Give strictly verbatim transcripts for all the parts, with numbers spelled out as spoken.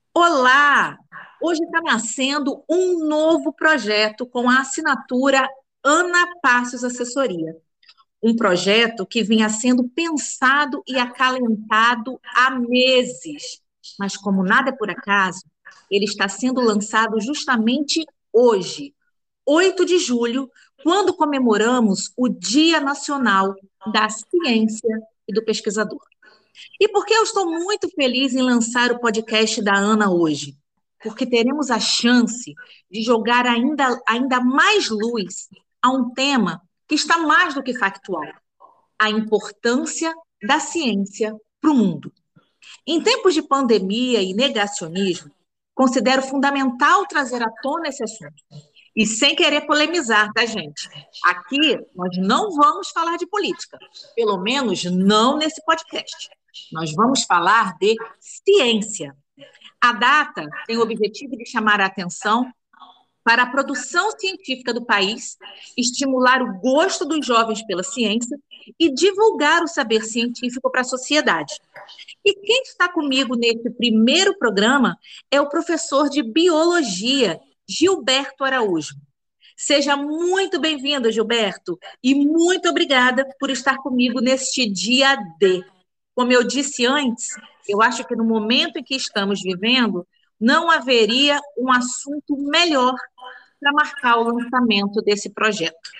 Olá! Hoje está nascendo um novo projeto com a assinatura Ana Passos Assessoria. Um projeto que vinha sendo pensado e acalentado há meses. Mas, como nada é por acaso, ele está sendo lançado justamente hoje, oito de julho, quando comemoramos o Dia Nacional da Ciência e do Pesquisador. E por que eu estou muito feliz em lançar o podcast da Ana hoje? Porque teremos a chance de jogar ainda, ainda mais luz a um tema que está mais do que factual: a importância da ciência para o mundo. Em tempos de pandemia e negacionismo, considero fundamental trazer à tona esse assunto. E sem querer polemizar, tá, gente? Aqui nós não vamos falar de política, pelo menos não nesse podcast. Nós vamos falar de ciência. A data tem o objetivo de chamar a atenção para a produção científica do país, estimular o gosto dos jovens pela ciência e divulgar o saber científico para a sociedade. E quem está comigo nesse primeiro programa é o professor de biologia, Gilberto Araújo. Seja muito bem-vindo, Gilberto, e muito obrigada por estar comigo neste dia D. Como eu disse antes, eu acho que no momento em que estamos vivendo, não haveria um assunto melhor para marcar o lançamento desse projeto.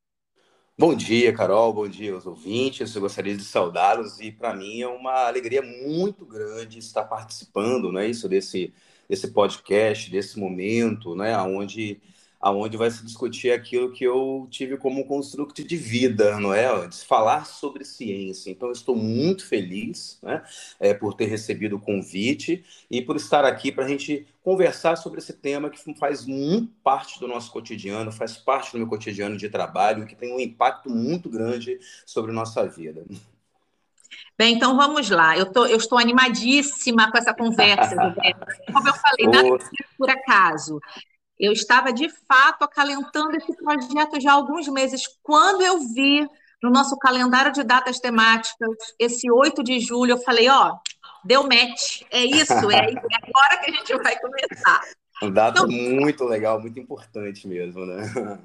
Bom dia, Carol. Bom dia aos ouvintes. Eu gostaria de saudá-los e para mim é uma alegria muito grande estar participando, não é isso, desse, desse podcast, desse momento, né, onde, onde vai se discutir aquilo que eu tive como construto de vida, não é? De falar sobre ciência. Então, eu estou muito feliz, né, é, por ter recebido o convite e por estar aqui para a gente conversar sobre esse tema que faz muito parte do nosso cotidiano, faz parte do meu cotidiano de trabalho, que tem um impacto muito grande sobre a nossa vida. Bem, então vamos lá. Eu, tô, eu estou animadíssima com essa conversa, Gilberto. Como eu falei, nada Ô, é por acaso. Eu estava, de fato, acalentando esse projeto já há alguns meses, quando eu vi no nosso calendário de datas temáticas, esse oito de julho, eu falei, ó, deu match, é isso, é, é agora que a gente vai começar. uma data Então, muito legal, muito importante mesmo, né?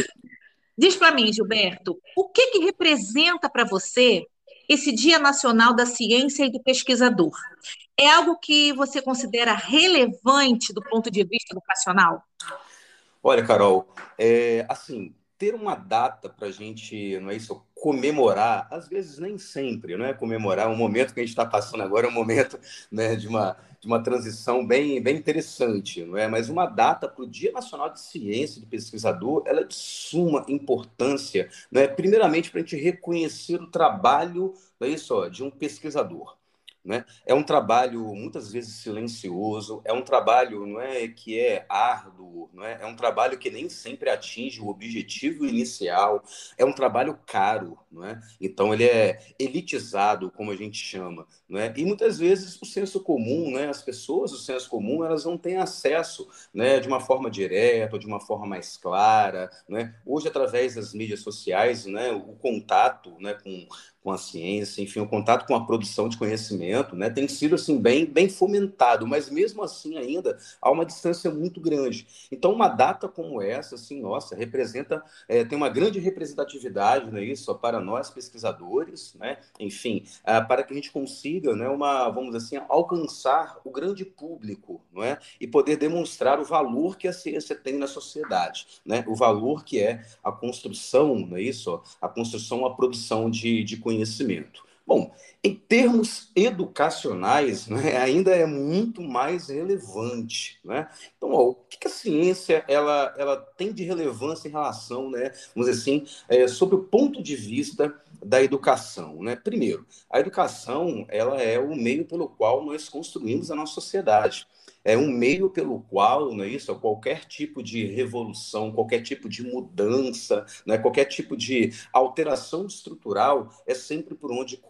diz para mim, Gilberto, o que que representa para você esse Dia Nacional da Ciência e do Pesquisador? É algo que você considera relevante do ponto de vista educacional? Olha, Carol, é, assim, ter uma data para a gente, não é isso, comemorar, às vezes nem sempre, não é comemorar, o momento que a gente está passando agora é um momento, né, de uma, de uma transição bem, bem interessante, não é? Mas uma data para o Dia Nacional de Ciência e do Pesquisador, ela é de suma importância, não é? Primeiramente para a gente reconhecer o trabalho, não é isso, ó, de um pesquisador. Né? É um trabalho muitas vezes silencioso, é um trabalho, não é, que é árduo, não é? É um trabalho que nem sempre atinge o objetivo inicial, é um trabalho caro, não é? Então ele é elitizado, como a gente chama, não é? E muitas vezes o senso comum, né, as pessoas do senso comum, elas não têm acesso, né, de uma forma direta, ou de uma forma mais clara, né? Hoje através das mídias sociais, né, o contato, né, com com a ciência, enfim, o contato com a produção de conhecimento, né, tem sido assim bem, bem fomentado, mas mesmo assim ainda há uma distância muito grande. Então, uma data como essa, assim, nossa, representa, é, tem uma grande representatividade, não é isso, para nós pesquisadores, né, enfim, ah, para que a gente consiga, né, uma, vamos dizer assim, alcançar o grande público, não é, e poder demonstrar o valor que a ciência tem na sociedade, né, o valor que é a construção, não é isso, a construção, a produção de, de conhecimento. Bom, em termos educacionais, né, ainda é muito mais relevante. Né? Então, ó, o que a ciência ela, ela tem de relevância em relação, né, vamos dizer assim, é, sobre o ponto de vista da educação? Né? Primeiro, a educação ela é o meio pelo qual nós construímos a nossa sociedade. É um meio pelo qual, não é isso? Qualquer tipo de revolução, qualquer tipo de mudança, né? Qualquer tipo de alteração estrutural é sempre por onde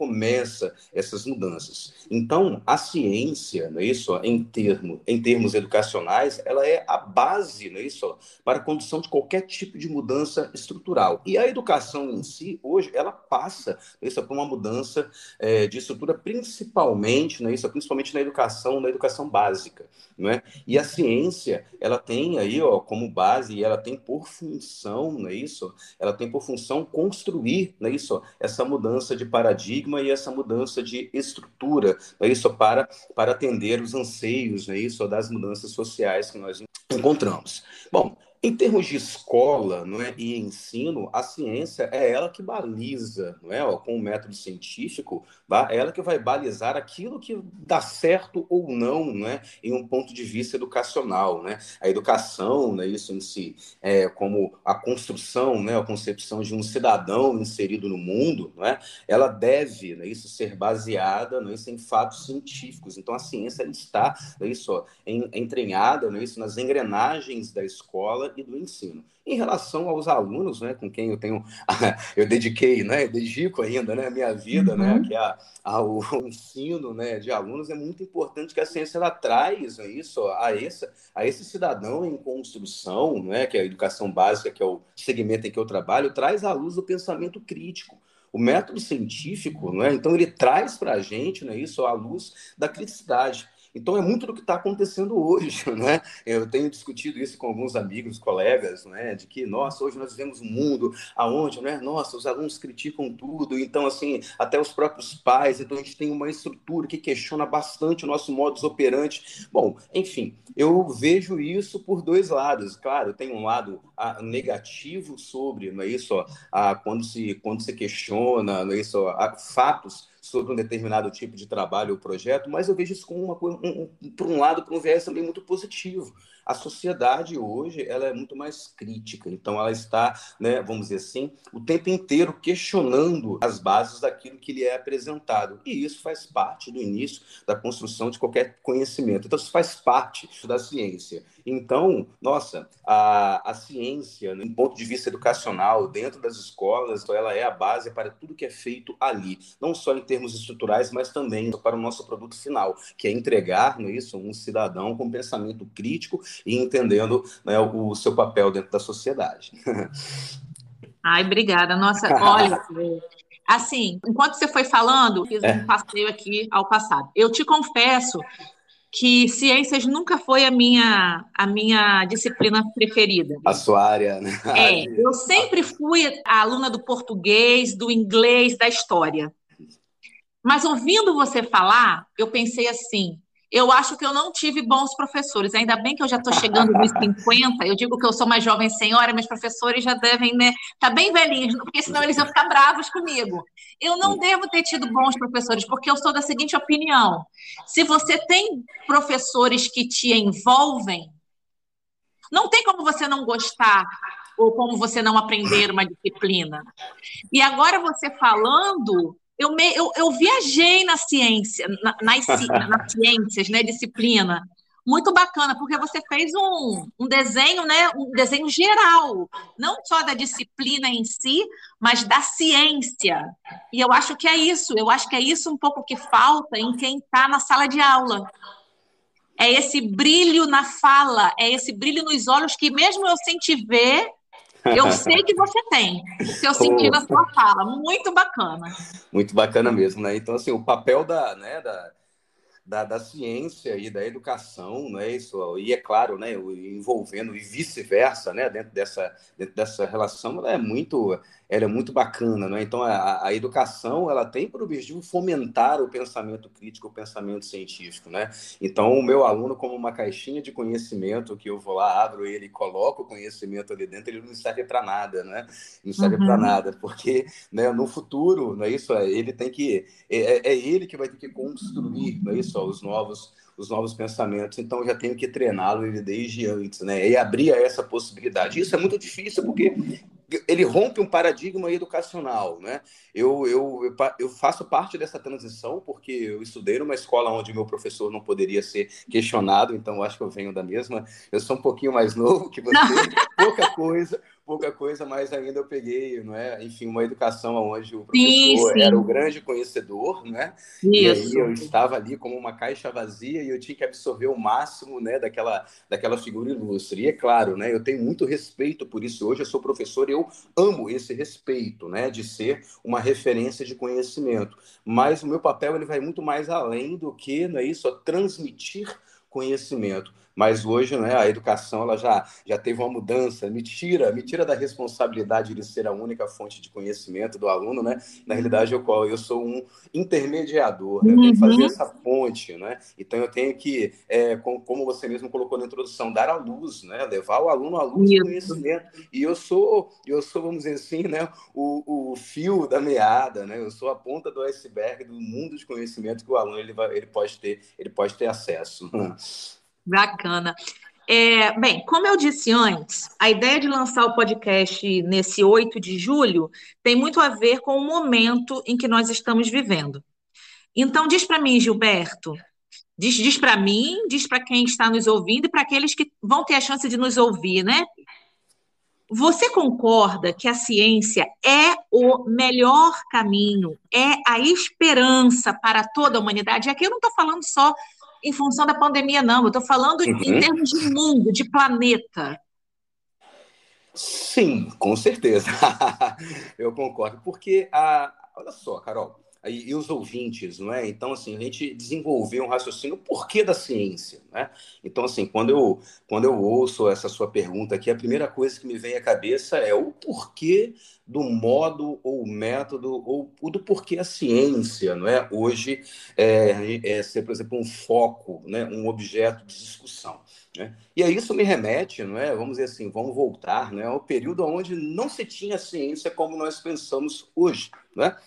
começa essas mudanças. Então, a ciência, não é isso, em, termo, em termos educacionais, ela é a base, não é isso, para a condução de qualquer tipo de mudança estrutural. E a educação em si, hoje, ela passa, não é isso, por uma mudança é, de estrutura, principalmente, não é isso, principalmente na educação, na educação básica, não é? E a ciência, ela tem aí, ó, como base, e ela tem por função, não é isso? Ela tem por função construir, não é isso? Essa mudança de paradigma e essa mudança de estrutura, não é isso? Para, para atender os anseios, não é isso? Das mudanças sociais que nós encontramos. Bom, em termos de escola, não é, e ensino, a ciência é ela que baliza, não é, ó, com o método científico, tá? É ela que vai balizar aquilo que dá certo ou não, não é, em um ponto de vista educacional, né? A educação, né, isso em si, é, como a construção, né, a concepção de um cidadão inserido no mundo, não é? Ela deve, né, isso ser baseada, não é, isso, em fatos científicos. Então a ciência ela está, não é, isso, ó, em, entranhada, não é, isso, nas engrenagens da escola e do ensino. Em relação aos alunos, né, com quem eu tenho, eu dediquei, né, eu dedico ainda, né, a minha vida, né, Uhum. que é ao ensino, né, de alunos, é muito importante que a ciência ela traz, né, isso a esse, a esse cidadão em construção, né, que é a educação básica, que é o segmento em que eu trabalho, traz à luz o pensamento crítico. O método científico, não é? Então ele traz para a gente, né, isso à luz da criticidade. Então é muito do que está acontecendo hoje, né? Eu tenho discutido isso com alguns amigos, colegas, né? De que, nossa, hoje nós vivemos um mundo aonde, né? Nossa, os alunos criticam tudo, então, assim, até os próprios pais, então a gente tem uma estrutura que questiona bastante o nosso modus operandi. Bom, enfim, eu vejo isso por dois lados. Claro, tem um lado a, negativo sobre, não é isso? Ó, a, quando, se, quando se questiona, não é isso? Ó, a, fatos sobre um determinado tipo de trabalho ou projeto, mas eu vejo isso como uma coisa, um, um, por um lado, por um viés também muito positivo. A sociedade hoje ela é muito mais crítica, então ela está, né, vamos dizer assim, o tempo inteiro questionando as bases daquilo que lhe é apresentado. E isso faz parte do início da construção de qualquer conhecimento. Então, isso faz parte da ciência. Então, nossa, a, a ciência, do ponto de vista educacional, dentro das escolas, ela é a base para tudo que é feito ali, não só em termos estruturais, mas também para o nosso produto final, que é entregar, não é isso, um cidadão com pensamento crítico e entendendo, né, o, o seu papel dentro da sociedade. Ai, obrigada. Nossa, olha, é, assim, enquanto você foi falando, fiz um É, passeio aqui ao passado. Eu te confesso que ciências nunca foi a minha, a minha disciplina preferida. a sua área, né, É, de... eu sempre fui a aluna do português, do inglês, da história. Mas ouvindo você falar, eu pensei assim, eu acho que eu não tive bons professores. Ainda bem que eu já estou chegando nos cinquenta. Eu digo que eu sou mais jovem senhora, meus professores já devem, né, tá bem velhinhos, porque senão eles iam ficar bravos comigo. Eu não devo ter tido bons professores, porque eu sou da seguinte opinião: se você tem professores que te envolvem, não tem como você não gostar ou como você não aprender uma disciplina. E agora você falando, eu, me, eu, eu viajei na ciência, na, nas, nas ciências, né, disciplina. Muito bacana, porque você fez um, um desenho, né, um desenho geral, não só da disciplina em si, mas da ciência. E eu acho que é isso, eu acho que é isso um pouco que falta em quem está na sala de aula. É esse brilho na fala, é esse brilho nos olhos que mesmo eu sem te ver, eu sei que você tem, porque eu senti na Oh, sua fala. Muito bacana. muito bacana mesmo, né? Então, assim, o papel da, né, da, da, da ciência e da educação, não é isso? E é claro, né, envolvendo e vice-versa, né, dentro dessa, dentro dessa relação, ela é muito, ela é muito bacana, né? Então a, a educação ela tem por objetivo fomentar o pensamento crítico, o pensamento científico, né? Então o meu aluno como uma caixinha de conhecimento que eu vou lá, abro ele e coloco o conhecimento ali dentro, ele não serve para nada, né? Não serve para Uhum. nada, porque, né, no futuro, não é isso? Ele tem que é, é ele que vai ter que construir, não é isso? Os novos, os novos pensamentos. Então, eu já tenho que treiná-lo ele desde antes, né? E abrir essa possibilidade. Isso é muito difícil, porque ele rompe um paradigma educacional, né? Eu, eu, eu, eu faço parte dessa transição, porque eu estudei numa escola onde meu professor não poderia ser questionado, então eu acho que eu venho da mesma. Eu sou um pouquinho mais novo que você, pouca coisa, pouca coisa, mas ainda eu peguei, não é? Enfim, uma educação onde o Sim, professor era o sim, grande conhecedor, né? E aí eu isso. estava ali como uma caixa vazia e eu tinha que absorver o máximo, né, daquela, daquela figura ilustre. E é claro, né, eu tenho muito respeito por isso. Hoje eu sou professor e eu amo esse respeito, né, de ser uma referência de conhecimento. Mas o meu papel ele vai muito mais além do que, não é isso, transmitir conhecimento. Mas hoje, né, a educação ela já, já teve uma mudança, me tira, me tira da responsabilidade de ser a única fonte de conhecimento do aluno, né? Na realidade, eu, eu sou um intermediador, né? Eu tenho que fazer Uhum, essa ponte, né? Então eu tenho que, é, com, como você mesmo colocou na introdução, dar a luz, né? Levar o aluno à luz do isso. conhecimento. E eu sou, eu sou, vamos dizer assim, né? O, o fio da meada, né? Eu sou a ponta do iceberg do mundo de conhecimento que o aluno ele, vai, ele pode ter, ele pode ter acesso. Bacana. É, bem, como eu disse antes, a ideia de lançar o podcast nesse oito de julho tem muito a ver com o momento em que nós estamos vivendo. Então, diz para mim, Gilberto, diz, diz para mim, diz para quem está nos ouvindo e para aqueles que vão ter a chance de nos ouvir, né? Você concorda que a ciência é o melhor caminho, é a esperança para toda a humanidade? E aqui eu não estou falando só em função da pandemia, não, eu estou falando em Uhum. termos de mundo, de planeta. Sim, com certeza. Eu concordo, porque a, olha só, Carol, aí, e os ouvintes, não é? Então, assim, a gente desenvolveu um raciocínio, o porquê da ciência, né? Então, assim, quando eu, quando eu ouço essa sua pergunta aqui, a primeira coisa que me vem à cabeça é o porquê do modo ou método ou o do porquê a ciência, não é? Hoje é, é ser, por exemplo, um foco, né? Um objeto de discussão. Né? E aí isso me remete, não é? Vamos dizer assim, vamos voltar, né, ao período onde não se tinha ciência como nós pensamos hoje, né?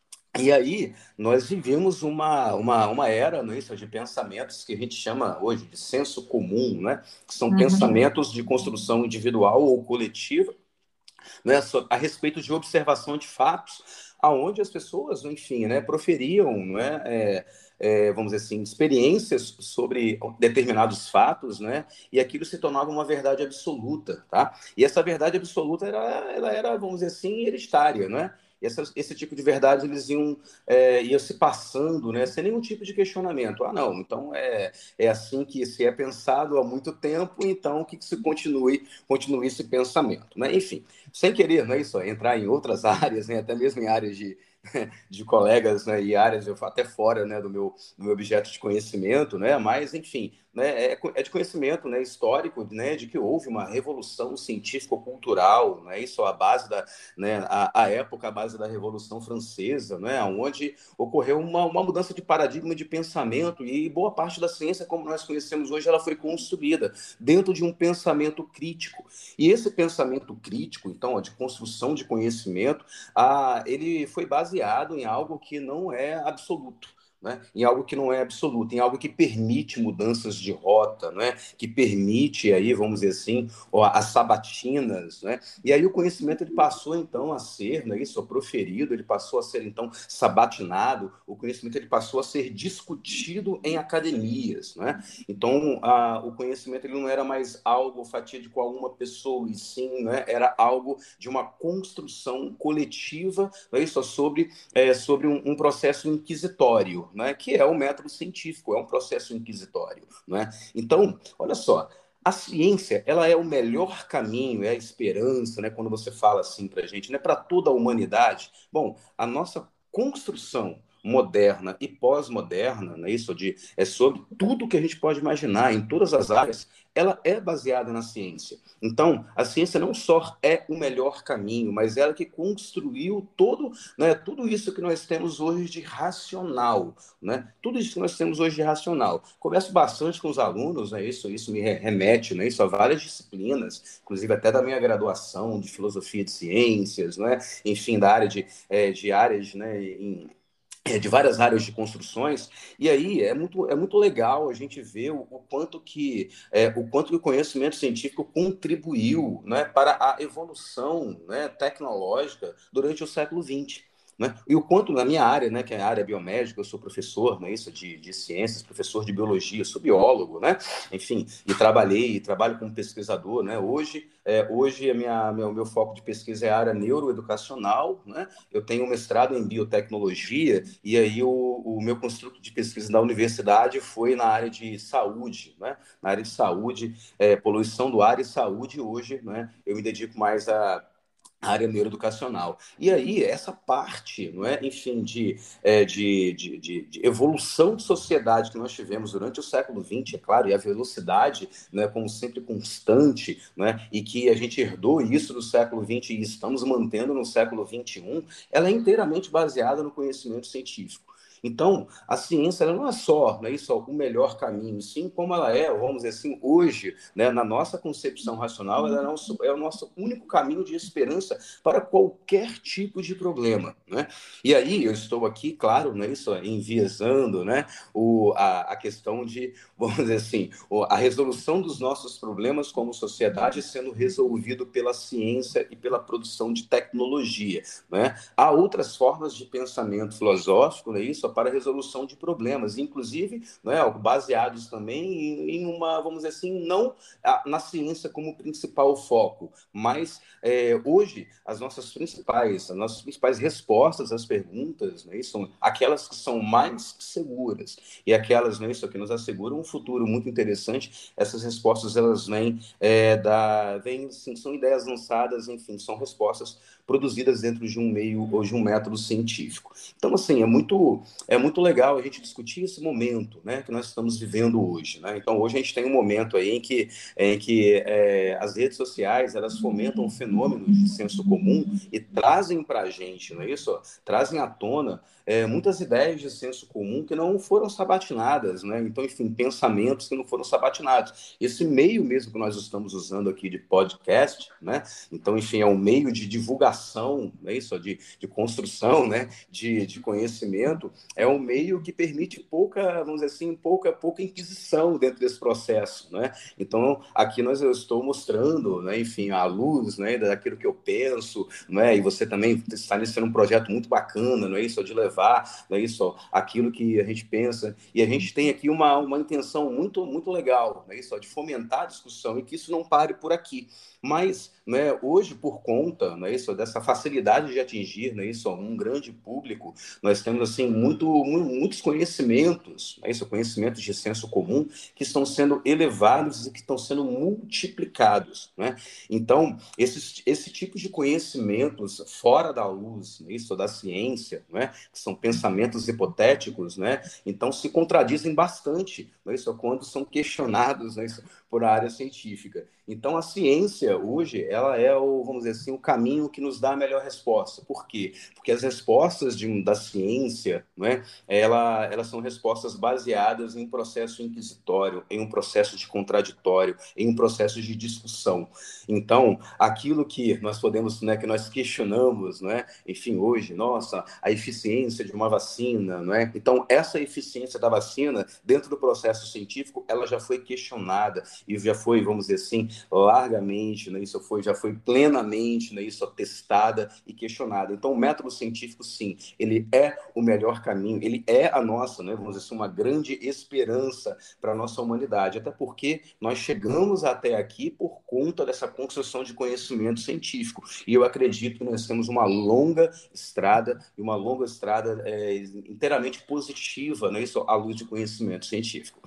E aí nós vivemos uma, uma, uma era, não é isso, de pensamentos que a gente chama hoje de senso comum, né? Que são Uhum. pensamentos de construção individual ou coletiva, né, a respeito de observação de fatos, aonde as pessoas, enfim, né, proferiam, não é, é, é, vamos dizer assim, experiências sobre determinados fatos, né, e aquilo se tornava uma verdade absoluta, tá? E essa verdade absoluta era, ela era, vamos dizer assim, hereditária, né? E essa, esse tipo de verdade eles iam, é, iam se passando, né, sem nenhum tipo de questionamento. Ah, não, então é, é assim que se é pensado há muito tempo, então que, que se continue, continue esse pensamento, né? Enfim, sem querer, não é isso? Entrar em outras áreas, né? Até mesmo em áreas de, de colegas, né? E áreas eu, até fora, né? do, meu, do meu objeto de conhecimento, né? Mas, enfim, né? é, é de conhecimento, né? Histórico, né? De que houve uma revolução científico-cultural, né? Isso a base da, né? a, a época, a base da Revolução Francesa, né? Onde ocorreu uma, uma mudança de paradigma de pensamento e boa parte da ciência, como nós conhecemos hoje, ela foi construída dentro de um pensamento crítico. E esse pensamento crítico, então, de construção de conhecimento, ah, ele foi baseado em algo que não é absoluto. Né? Em algo que não é absoluto, em algo que permite mudanças de rota, né? Que permite aí, vamos dizer assim, as sabatinas, né? E aí o conhecimento ele passou então a ser, né, isso, proferido, ele passou a ser então sabatinado, o conhecimento ele passou a ser discutido em academias, né? Então, a, o conhecimento ele não era mais algo fatídico a uma pessoa, e sim, né, era algo de uma construção coletiva, não é isso, sobre, é, sobre um, um processo inquisitório, né, que é o método científico, é um processo inquisitório. Né? Então, olha só, a ciência, ela é o melhor caminho, é a esperança, né? Quando você fala assim para a gente, né? Para toda a humanidade. Bom, a nossa construção moderna e pós-moderna, né? Isso de é sobre tudo que a gente pode imaginar em todas as áreas, ela é baseada na ciência. Então, a ciência não só é o melhor caminho, mas ela que construiu todo, né? Tudo isso que nós temos hoje de racional, né? Tudo isso que nós temos hoje de racional. Converso bastante com os alunos, né? Isso, isso me remete, né? Isso a várias disciplinas, inclusive até da minha graduação de filosofia de ciências, né? Enfim, da área de, é, de áreas, né? Em, é, de várias áreas de construções, e aí é muito, é muito legal a gente ver o, o quanto que é, o quanto que o conhecimento científico contribuiu, né, para a evolução, né, tecnológica durante o século vinte. né? E o quanto na minha área, né, que é a área biomédica, eu sou professor, né, isso, de, de ciências, professor de biologia, sou biólogo, né? Enfim, e trabalhei, e trabalho como pesquisador, né? Hoje, é, hoje a minha, meu, meu foco de pesquisa é a área neuroeducacional, né? Eu tenho um mestrado em biotecnologia, e aí o, o meu construto de pesquisa da universidade foi na área de saúde, né? Na área de saúde, é, poluição do ar e saúde, hoje, né? Eu me dedico mais a área neuroeducacional. E aí, essa parte, não é, enfim, de, é, de, de, de, de evolução de sociedade que nós tivemos durante o século vinte, é claro, e a velocidade, né, como sempre, constante, né, e que a gente herdou isso do século vinte e estamos mantendo no século vinte e um, ela é inteiramente baseada no conhecimento científico. Então, a ciência ela não é só, não é isso, o melhor caminho, sim, como ela é, vamos dizer assim, hoje, né, na nossa concepção racional, ela é, nosso, é o nosso único caminho de esperança para qualquer tipo de problema, né? E aí eu estou aqui, claro, não é isso, enviesando, né, o, a, a questão de, vamos dizer assim, a resolução dos nossos problemas como sociedade sendo resolvido pela ciência e pela produção de tecnologia, né? Há outras formas de pensamento filosófico, não é isso, para a resolução de problemas, inclusive, não é, baseados também em, em uma, vamos dizer assim, não na ciência como principal foco, mas é, hoje as nossas principais, as nossas principais respostas às perguntas, né, são aquelas que são mais seguras e aquelas, né, isso que nos asseguram um futuro muito interessante. Essas respostas elas vêm é, da, vêm, assim, são ideias lançadas, enfim, são respostas produzidas dentro de um meio ou de um método científico. Então, assim, é muito, é muito legal a gente discutir esse momento, né, que nós estamos vivendo hoje, né? Então, hoje a gente tem um momento aí em que, em que é, as redes sociais, elas fomentam fenômenos de senso comum e trazem para a gente, não é isso? Trazem à tona é, muitas ideias de senso comum que não foram sabatinadas, né? Então, enfim, pensamentos que não foram sabatinados. Esse meio mesmo que nós estamos usando aqui de podcast, né? Então, enfim, é um meio de divulgação, é isso, de, de construção, né? De, de conhecimento, é um meio que permite pouca, vamos dizer assim, pouca, pouca inquisição dentro desse processo, né? Então, aqui nós eu estou mostrando, né, enfim, a luz, né, daquilo que eu penso, né? E você também está iniciando um projeto muito bacana, não é isso, de levar, não é isso, aquilo que a gente pensa. E a gente tem aqui uma, uma intenção muito, muito legal, não é isso, de fomentar a discussão e que isso não pare por aqui. Mas, né, hoje, por conta, né, isso, dessa facilidade de atingir, né, isso, um grande público, nós temos assim, muito, muitos conhecimentos, né, isso, conhecimentos de senso comum, que estão sendo elevados e que estão sendo multiplicados. Né? Então, esses, esse tipo de conhecimentos fora da luz, né, isso, da ciência, né, que são pensamentos hipotéticos, né, então se contradizem bastante, né, isso, quando são questionados, né, isso, por a área científica. Então, a ciência, hoje, ela é, o, vamos dizer assim, o caminho que nos dá a melhor resposta. Por quê? Porque as respostas de, da ciência, né, ela, elas são respostas baseadas em um processo inquisitório, em um processo de contraditório, em um processo de discussão. Então, aquilo que nós podemos, né, que nós questionamos, né, enfim, hoje, nossa, a eficiência de uma vacina, não é? Então, essa eficiência da vacina, dentro do processo científico, ela já foi questionada e já foi, vamos dizer assim, largamente, né, isso foi, já foi plenamente, né, isso testada e questionada. Então, o método científico, sim, ele é o melhor caminho, ele é a nossa, né, vamos dizer assim, uma grande esperança para a nossa humanidade, até porque nós chegamos até aqui por conta dessa construção de conhecimento científico. E eu acredito que nós temos uma longa estrada, e uma longa estrada é, inteiramente positiva, né, isso à luz de conhecimento científico.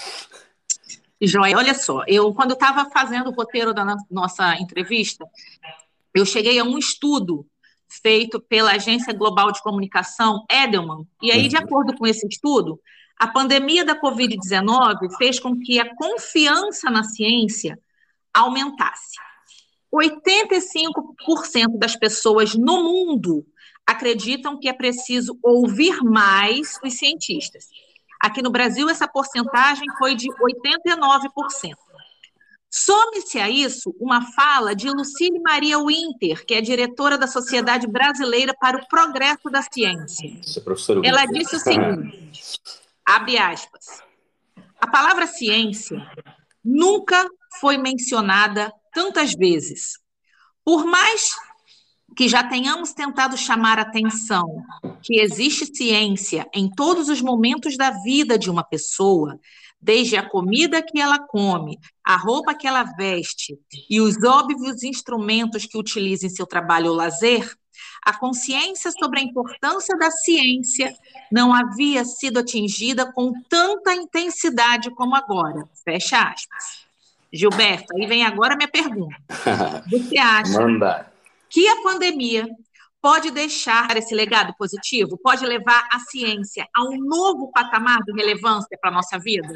Joia, olha só, eu quando estava fazendo o roteiro da nossa entrevista, eu cheguei a um estudo feito pela Agência Global de Comunicação, Edelman, e aí, de acordo com esse estudo, a pandemia da covid dezenove fez com que a confiança na ciência aumentasse. oitenta e cinco por cento das pessoas no mundo acreditam que é preciso ouvir mais os cientistas. Aqui no Brasil, essa porcentagem foi de oitenta e nove por cento. Some-se a isso uma fala de Lucile Maria Winter, que é diretora da Sociedade Brasileira para o Progresso da Ciência. Ela disse o seguinte, abre aspas, a palavra ciência nunca foi mencionada tantas vezes. Por mais que já tenhamos tentado chamar atenção que existe ciência em todos os momentos da vida de uma pessoa, desde a comida que ela come, a roupa que ela veste e os óbvios instrumentos que utiliza em seu trabalho ou lazer, a consciência sobre a importância da ciência não havia sido atingida com tanta intensidade como agora. Fecha aspas. Gilberto, aí vem agora a minha pergunta. Você acha Manda. que a pandemia pode deixar esse legado positivo? Pode levar a ciência a um novo patamar de relevância para a nossa vida?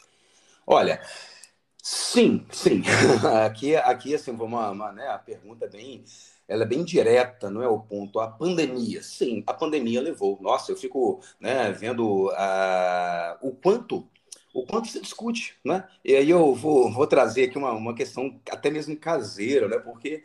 Olha, sim, sim. Aqui, aqui assim, uma, uma, né, a pergunta é bem, ela é bem direta, não é o ponto. A pandemia, sim, a pandemia levou. Nossa, eu fico, né, vendo uh, o quanto o quanto se discute, né? E aí eu vou, vou trazer aqui uma, uma questão até mesmo caseira, né? Porque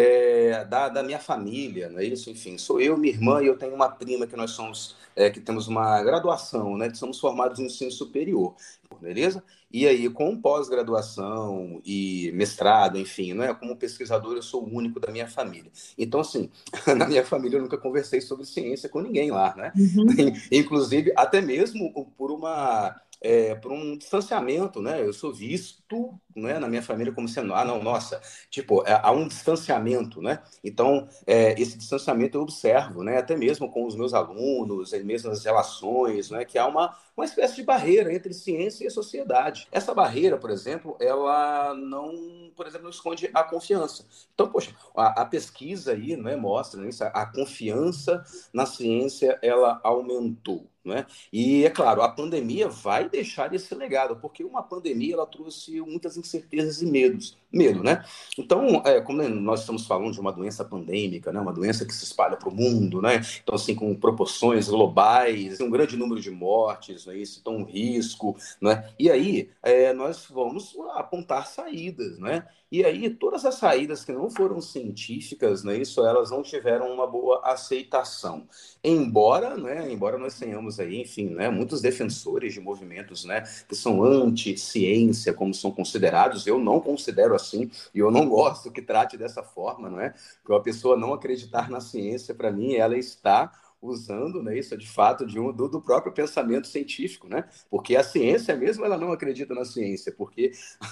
é, da, da minha família, não é isso? Enfim, sou eu, minha irmã e eu tenho uma prima que nós somos, é, que temos uma graduação, né? Que somos formados em ensino superior, beleza? E aí, com pós-graduação e mestrado, enfim, né? Como pesquisador, eu sou o único da minha família. Então, assim, na minha família eu nunca conversei sobre ciência com ninguém lá, né? Uhum. Inclusive, até mesmo por uma é, por um distanciamento, né? Eu sou visto, né, na minha família como sendo, ah, não, nossa, tipo, é, há um distanciamento, né? Então, é, esse distanciamento eu observo, né? Até mesmo com os meus alunos, mesmo nas relações, né? Que há uma, uma espécie de barreira entre ciência e a sociedade. Essa barreira, por exemplo, ela não, por exemplo, não esconde a confiança. Então, poxa, a, a pesquisa aí, né, mostra, né, a confiança na ciência, ela aumentou. Né? E, é claro, a pandemia vai deixar esse legado, porque uma pandemia ela trouxe muitas incertezas e medos. Medo, né? Então, é, como nós estamos falando de uma doença pandêmica, né? Uma doença que se espalha para o mundo, né? Então, assim, com proporções globais, um grande número de mortes, né? Isso, então, um risco, né? E aí, é, nós vamos apontar saídas, né? E aí, todas as saídas que não foram científicas, né? Isso, elas não tiveram uma boa aceitação. Embora, né, embora nós tenhamos aí, enfim, né, muitos defensores de movimentos, né, que são anti-ciência, como são considerados, eu não considero assim, e eu não gosto que trate dessa forma, não é? Porque uma pessoa não acreditar na ciência, para mim, ela está usando, né, isso de fato de um, do, do próprio pensamento científico, né? Porque a ciência mesmo, ela não acredita na ciência, porque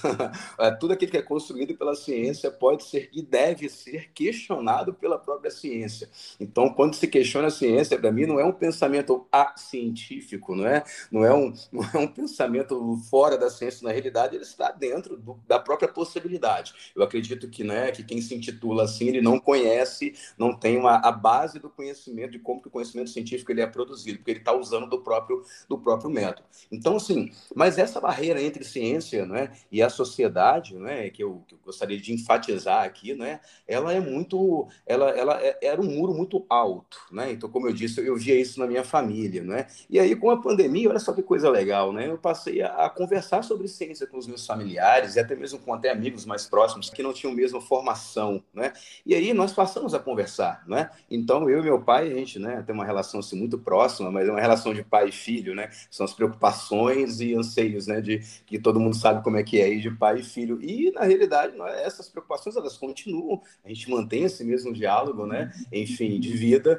tudo aquilo que é construído pela ciência pode ser e deve ser questionado pela própria ciência. Então, quando se questiona a ciência, para mim, não é um pensamento acientífico, não é? Não é um, não é um pensamento fora da ciência, na realidade, ele está dentro do, da própria possibilidade. Eu acredito que, né, que quem se intitula assim, ele não conhece, não tem uma, a base do conhecimento, de como que o conhecimento científico ele é produzido, porque ele está usando do próprio, do próprio método. Então, assim, mas essa barreira entre ciência, né, e a sociedade, né, que eu, que eu gostaria de enfatizar aqui, né, ela é muito, ela, ela é, era um muro muito alto, né? Então, como eu disse, eu via isso na minha família, né? E aí, com a pandemia, olha só que coisa legal, né? Eu passei a, a conversar sobre ciência com os meus familiares e até mesmo com até amigos mais próximos que não tinham a mesma formação, né? E aí nós passamos a conversar, né? Então, eu e meu pai, a gente, né, tem uma relação assim muito próxima, mas é uma relação de pai e filho, né? São as preocupações e anseios, né, de que todo mundo sabe como é que é, de pai e filho. E na realidade, essas preocupações elas continuam. A gente mantém esse mesmo diálogo, né? Enfim, de vida,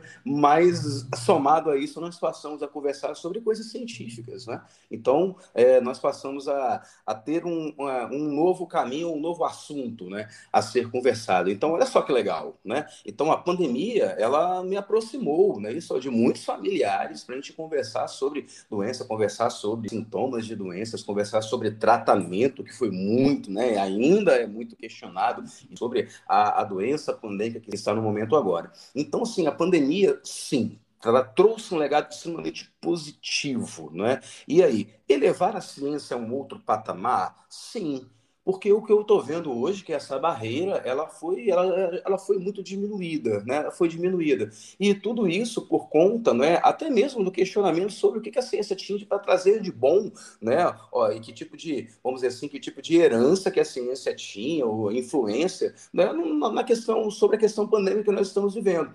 mas somado a isso, nós passamos a conversar sobre coisas científicas, né? Então, é, nós passamos a, a ter um, uma, um novo caminho, um novo assunto, né, a ser conversado. Então, olha só que legal, né? Então, a pandemia, ela me aproximou, né, isso de muitos familiares para a gente conversar sobre doença, conversar sobre sintomas de doenças, conversar sobre tratamento, que foi muito, né, ainda é muito questionado, sobre a, a doença pandêmica que está no momento agora. Então, assim, a pandemia, sim, ela trouxe um legado extremamente positivo, né? E aí, elevar a ciência a um outro patamar? Sim, porque o que eu estou vendo hoje, que essa barreira, ela foi, ela, ela foi muito diminuída, né? Ela foi diminuída. E tudo isso por conta, né, até mesmo do questionamento sobre o que a ciência tinha para trazer de bom, né? Ó, e que tipo de, vamos dizer assim, que tipo de herança que a ciência tinha, ou influência, né, na questão, sobre a questão pandêmica que nós estamos vivendo.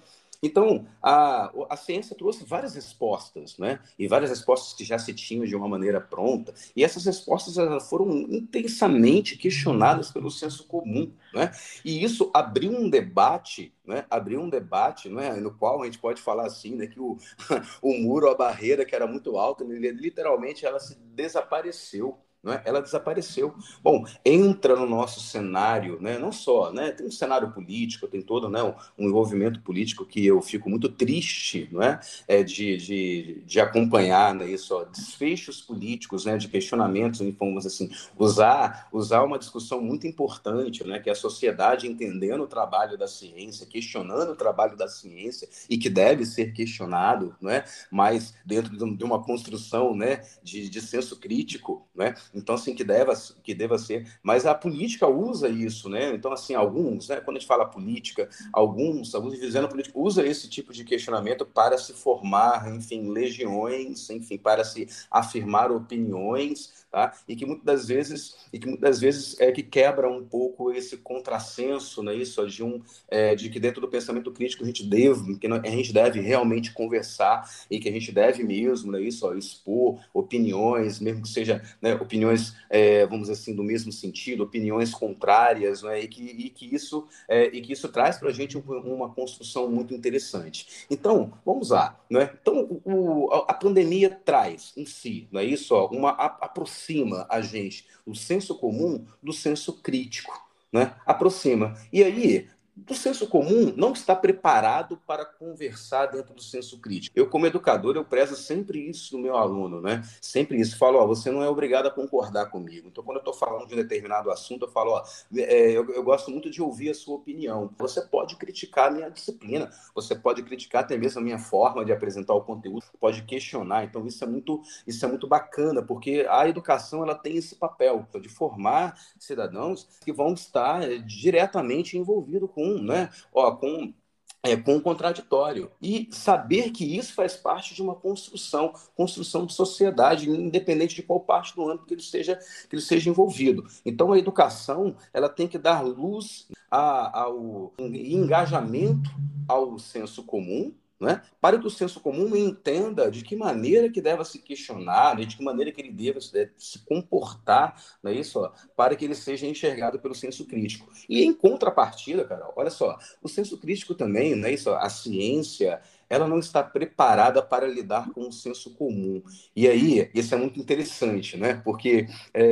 Então, a, a ciência trouxe várias respostas, né? E várias respostas que já se tinham de uma maneira pronta, e essas respostas elas foram intensamente questionadas pelo senso comum, né? E isso abriu um debate, né? Abriu um debate, né? No qual a gente pode falar assim, né? Que o, o muro, a barreira que era muito alta, literalmente ela se desapareceu. Né? Ela desapareceu. Bom, entra no nosso cenário, né? Não só, né? Tem um cenário político, tem todo, né? um envolvimento político que eu fico muito triste, não é? É de, de, de acompanhar, né? Isso, ó, desfechos políticos, né? De questionamentos, vamos assim, usar, usar uma discussão muito importante, né? Que é a sociedade entendendo o trabalho da ciência, questionando o trabalho da ciência e que deve ser questionado, não é? Mas dentro de uma construção, né? De, de senso crítico, né? Então, assim, que deva, que deva ser. Mas a política usa isso, né? Então, assim, alguns, né? Quando a gente fala política, alguns, alguns dizendo política usa esse tipo de questionamento para se formar, enfim, legiões, enfim, para se afirmar opiniões, tá? E que muitas das vezes, e que muitas das vezes é que quebra um pouco esse contrassenso, né? Isso de um, é, de que dentro do pensamento crítico a gente deve, que a gente deve realmente conversar e que a gente deve mesmo, né? Isso, ó, expor opiniões, mesmo que seja, né, opiniões, é, vamos dizer assim, do mesmo sentido, opiniões contrárias, né? E que, e que isso, é, e que isso traz para a gente uma construção muito interessante. Então, vamos lá, né? Então, o, a pandemia traz em si, não é isso? Ó, uma, a, aproxima a gente o senso comum do senso crítico, né? Aproxima. E aí, do senso comum não está preparado para conversar dentro do senso crítico. Eu, como educador, eu prezo sempre isso no meu aluno, né? Sempre isso. Falo, ó, você não é obrigado a concordar comigo. Então, quando eu estou falando de um determinado assunto, eu falo, ó, é, eu, eu gosto muito de ouvir a sua opinião. Você pode criticar a minha disciplina, você pode criticar até mesmo a minha forma de apresentar o conteúdo, pode questionar. Então, isso é muito, isso é muito bacana, porque a educação ela tem esse papel de formar cidadãos que vão estar diretamente envolvidos com né? Ó, com é, com o contraditório. E saber que isso faz parte de uma construção, construção de sociedade, independente de qual parte do âmbito que ele esteja, que ele seja envolvido. Então, a educação ela tem que dar luz a, ao engajamento ao senso comum, né? Para que o senso comum entenda de que maneira que deve se questionar, de que maneira que ele deve se comportar, não é isso? Ó, para que ele seja enxergado pelo senso crítico. E em contrapartida, Carol, olha só, o senso crítico também, não é isso? A ciência, ela não está preparada para lidar com o senso comum. E aí, isso é muito interessante, né? Porque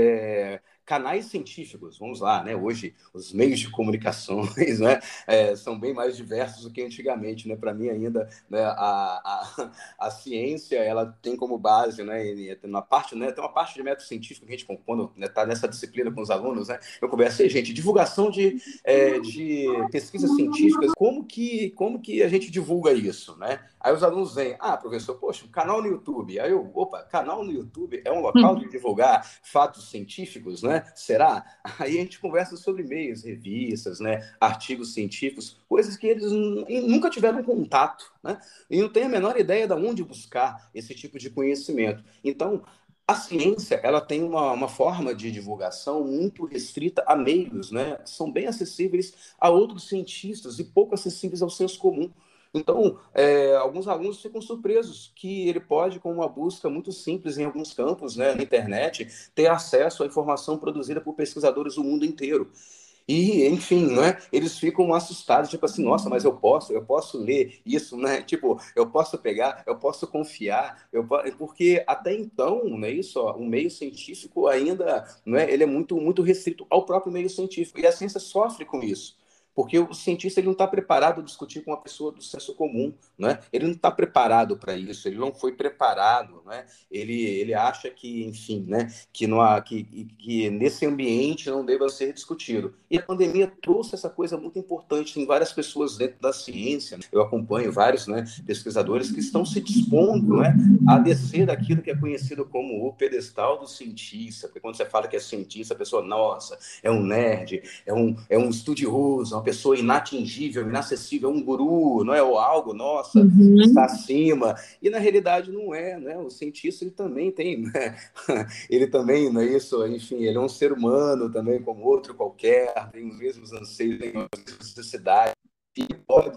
é, canais científicos, vamos lá, né? Hoje os meios de comunicação, né? É, são bem mais diversos do que antigamente, né? Para mim ainda, né? A, a, a ciência, ela tem como base, né? Na parte, né? Tem uma parte de método científico que a gente quando está, né, nessa disciplina com os alunos, né? Eu conversei, gente, divulgação de, é, de pesquisas científicas, como que, como que a gente divulga isso, né? Aí os alunos vêm, ah, professor, poxa, um canal no YouTube. Aí eu, opa, canal no YouTube é um local de divulgar fatos científicos, né? Será? Aí a gente conversa sobre meios, revistas, né? Artigos científicos, coisas que eles nunca tiveram contato, né? E não têm a menor ideia de onde buscar esse tipo de conhecimento. Então, a ciência ela tem uma, uma forma de divulgação muito restrita a meios, né? Que são bem acessíveis a outros cientistas e pouco acessíveis ao senso comum. Então, é, alguns alunos ficam surpresos que ele pode, com uma busca muito simples em alguns campos, né, na internet, ter acesso à informação produzida por pesquisadores do mundo inteiro. E, enfim, né, eles ficam assustados, tipo assim, nossa, mas eu posso, eu posso ler isso, né? Tipo, eu posso pegar, eu posso confiar, eu po... porque até então, né, isso, ó, o meio científico ainda, né, ele é muito, muito restrito ao próprio meio científico, e a ciência sofre com isso. Porque o cientista ele não está preparado a discutir com uma pessoa do senso comum, né? Ele não está preparado para isso, ele não foi preparado, né? Ele, ele acha que, enfim, né? Que, não há, que, que nesse ambiente não deva ser discutido. E a pandemia trouxe essa coisa muito importante em várias pessoas dentro da ciência. Né? Eu acompanho vários, né, pesquisadores que estão se dispondo, né, a descer daquilo que é conhecido como o pedestal do cientista. Porque quando você fala que é cientista, a pessoa, nossa, é um nerd, é um, é um estudioso, uma pessoa inatingível, inacessível, um guru, não é? Ou algo, nossa, Uhum. está acima. E na realidade não é, né? O cientista ele também tem, né? Ele também, não é isso? Enfim, ele é um ser humano também, como outro qualquer, tem os mesmos anseios, tem as mesmas necessidades. E pode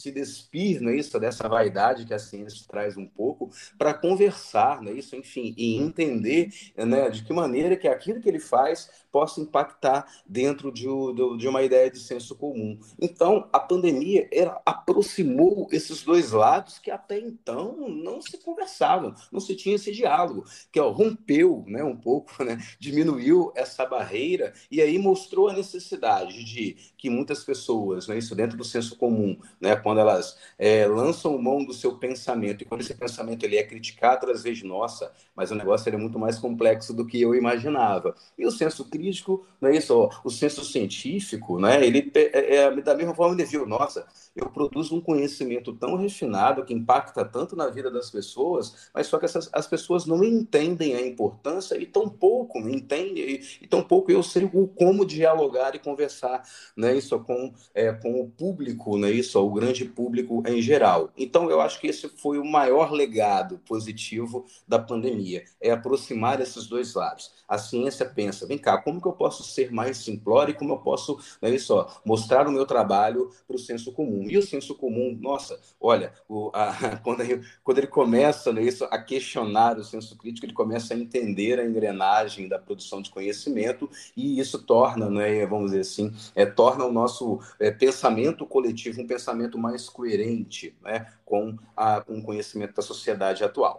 se despir, não é isso, dessa vaidade que a ciência traz um pouco, para conversar, não é isso, enfim, e entender, né, de que maneira que aquilo que ele faz possa impactar dentro de, de uma ideia de senso comum. Então, a pandemia ela aproximou esses dois lados que até então não se conversavam, não se tinha esse diálogo, que ó, rompeu, né, um pouco, né, diminuiu essa barreira e aí mostrou a necessidade de que muitas pessoas, né, isso dentro do senso comum, né, quando elas é, lançam mão do seu pensamento e quando esse pensamento ele é criticado, às vezes, nossa, mas o negócio era muito mais complexo do que eu imaginava. E o senso crítico, não é isso? Ó, o senso científico, né? Ele é, é, da mesma forma ele viu, nossa, eu produzo um conhecimento tão refinado que impacta tanto na vida das pessoas, mas só que essas, as pessoas não entendem a importância e tão pouco entendem e, e tão pouco eu sei o como dialogar e conversar, né? Isso com é, com o público, né? Isso, ó, o grande público em geral. Então eu acho que esse foi o maior legado positivo da pandemia, é aproximar esses dois lados. A ciência pensa, vem cá, como que eu posso ser mais simplório e como eu posso, né, só, mostrar o meu trabalho para o senso comum. E o senso comum, nossa, olha, o, a, quando, ele, quando ele começa, né, isso, a questionar o senso crítico, ele começa a entender a engrenagem da produção de conhecimento e isso torna, né, vamos dizer assim, é, torna o nosso é, pensamento coletivo um pensamento mais coerente, né, com, a, com o conhecimento da sociedade atual.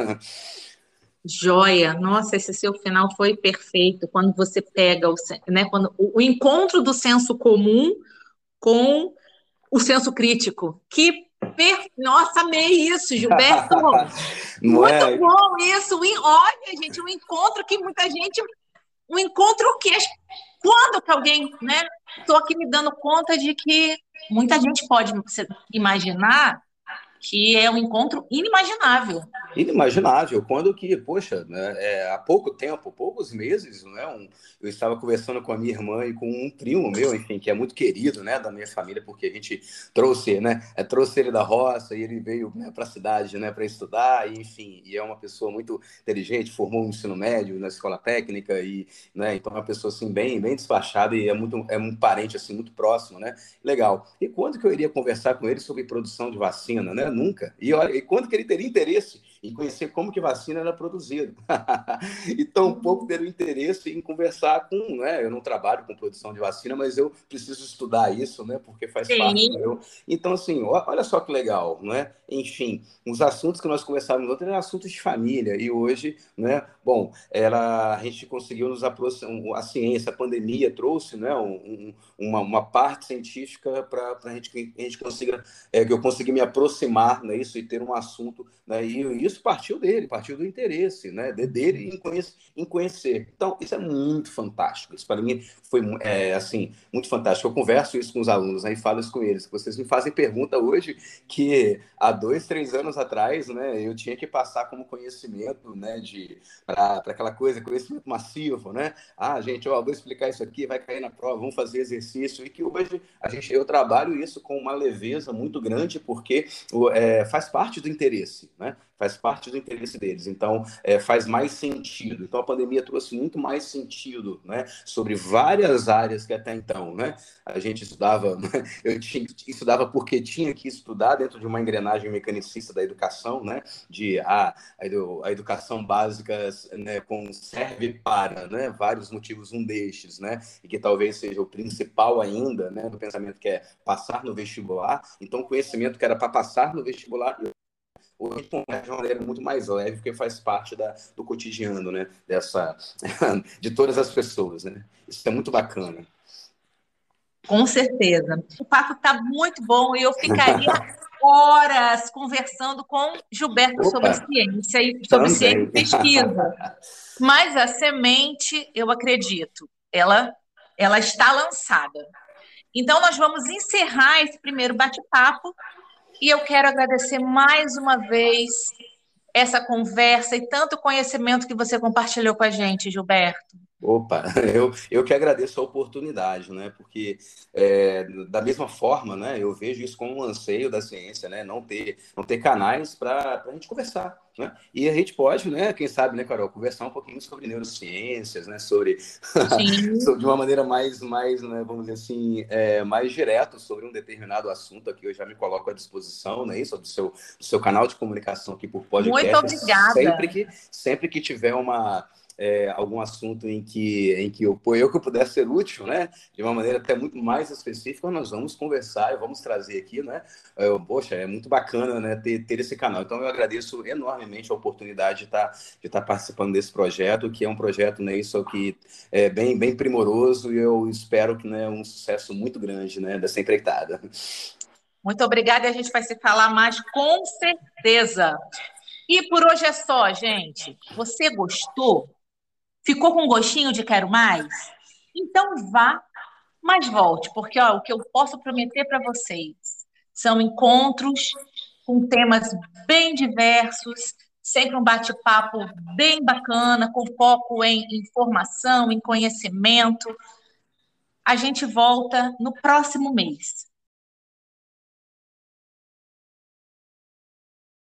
Joia, nossa, esse seu final foi perfeito. Quando você pega o, sen- né, quando, o, o encontro do senso comum com o senso crítico. Que per... Nossa, amei isso, Gilberto. Não Muito é? bom isso. E olha, gente, um encontro que muita gente. Um encontro que. Quando que alguém, né? Estou aqui me dando conta de que muita gente pode imaginar que é um encontro inimaginável. Inimaginável, quando que, poxa, né, é, há pouco tempo, poucos meses, né, um, eu estava conversando com a minha irmã e com um primo meu, enfim, que é muito querido, né, da minha família, porque a gente trouxe, né, é, trouxe ele da roça e ele veio, né, para a cidade, né, para estudar, e, enfim, e é uma pessoa muito inteligente, formou um ensino médio na escola técnica e, né, então é uma pessoa assim bem, bem despachada e é muito, é um parente assim muito próximo, né, legal. E quando que eu iria conversar com ele sobre produção de vacina, né? Nunca. E olha, e quando que ele teria interesse em conhecer como que vacina era produzida. E tão pouco ter o interesse em conversar com, né? Eu não trabalho com produção de vacina, mas eu preciso estudar isso, né? Porque faz parte do Sim. meu. Então, assim, olha só que legal, né? Enfim, os assuntos que nós conversávamos ontem eram assuntos de família, e hoje, né? Bom, era, a gente conseguiu nos aproximar, a ciência, a pandemia trouxe, né? Um, um, uma, uma parte científica para a gente, a gente consiga, é, que eu consegui me aproximar, né? Isso e ter um assunto, né? E isso partiu dele, partiu do interesse, né? De, dele em conhecer, em conhecer. Então, isso é muito fantástico. Isso para mim foi é, assim muito fantástico. Eu converso isso com os alunos, né, e falo isso com eles. Vocês me fazem pergunta hoje que há dois, três anos atrás, né, eu tinha que passar como conhecimento, né, de para aquela coisa, conhecimento massivo, né? Ah, gente, ó, vou explicar isso aqui, vai cair na prova, vamos fazer exercício. E que hoje a gente, eu trabalho isso com uma leveza muito grande, porque é, faz parte do interesse, né? Faz parte do interesse deles. Então, é, faz mais sentido. Então, a pandemia trouxe muito mais sentido, né? Sobre várias áreas que até então, né? A gente estudava, eu tinha, estudava porque tinha que estudar dentro de uma engrenagem mecanicista da educação, né? De a, a educação básica, né, com, serve para, né, vários motivos, um destes, né? E que talvez seja o principal ainda, né? Do pensamento que é passar no vestibular. Então, o conhecimento que era para passar no vestibular hoje de uma maneira muito mais leve, porque faz parte da, do cotidiano, né? Dessa, de todas as pessoas, né? Isso é muito bacana. Com certeza. O papo está muito bom e eu ficaria horas conversando com Gilberto sobre Opa, ciência e sobre ciência e também. pesquisa. Mas a semente, eu acredito, ela, ela está lançada. Então, nós vamos encerrar esse primeiro bate-papo e eu quero agradecer mais uma vez essa conversa e tanto conhecimento que você compartilhou com a gente, Gilberto. Opa, eu, eu que agradeço a oportunidade, né? Porque é, da mesma forma, né? Eu vejo isso como um anseio da ciência, né? Não ter, não ter canais para a gente conversar, né? E a gente pode, né? Quem sabe, né, Carol, conversar um pouquinho sobre neurociências, né? Sobre, Sim, sobre de uma maneira mais, mais, né? Vamos dizer assim, é, mais direto sobre um determinado assunto aqui. Eu já me coloco à disposição, né? Isso do seu, do seu canal de comunicação aqui por muito podcast, sempre obrigada. que, sempre que tiver uma é, algum assunto em que, em que eu, eu que eu puder ser útil, né, de uma maneira até muito mais específica, nós vamos conversar e vamos trazer aqui, né, eu, poxa, é muito bacana, né, ter, ter esse canal. Então eu agradeço enormemente a oportunidade de estar, de estar participando desse projeto, que é um projeto, né, isso aqui é bem, bem primoroso e eu espero que, né, um sucesso muito grande, né, dessa empreitada. Muito obrigada e a gente vai se falar mais com certeza. E por hoje é só, gente. Você gostou? Ficou com gostinho de quero mais? Então vá, mas volte, porque ó, o que eu posso prometer para vocês são encontros com temas bem diversos, sempre um bate-papo bem bacana, com foco em informação, em conhecimento. A gente volta no próximo mês.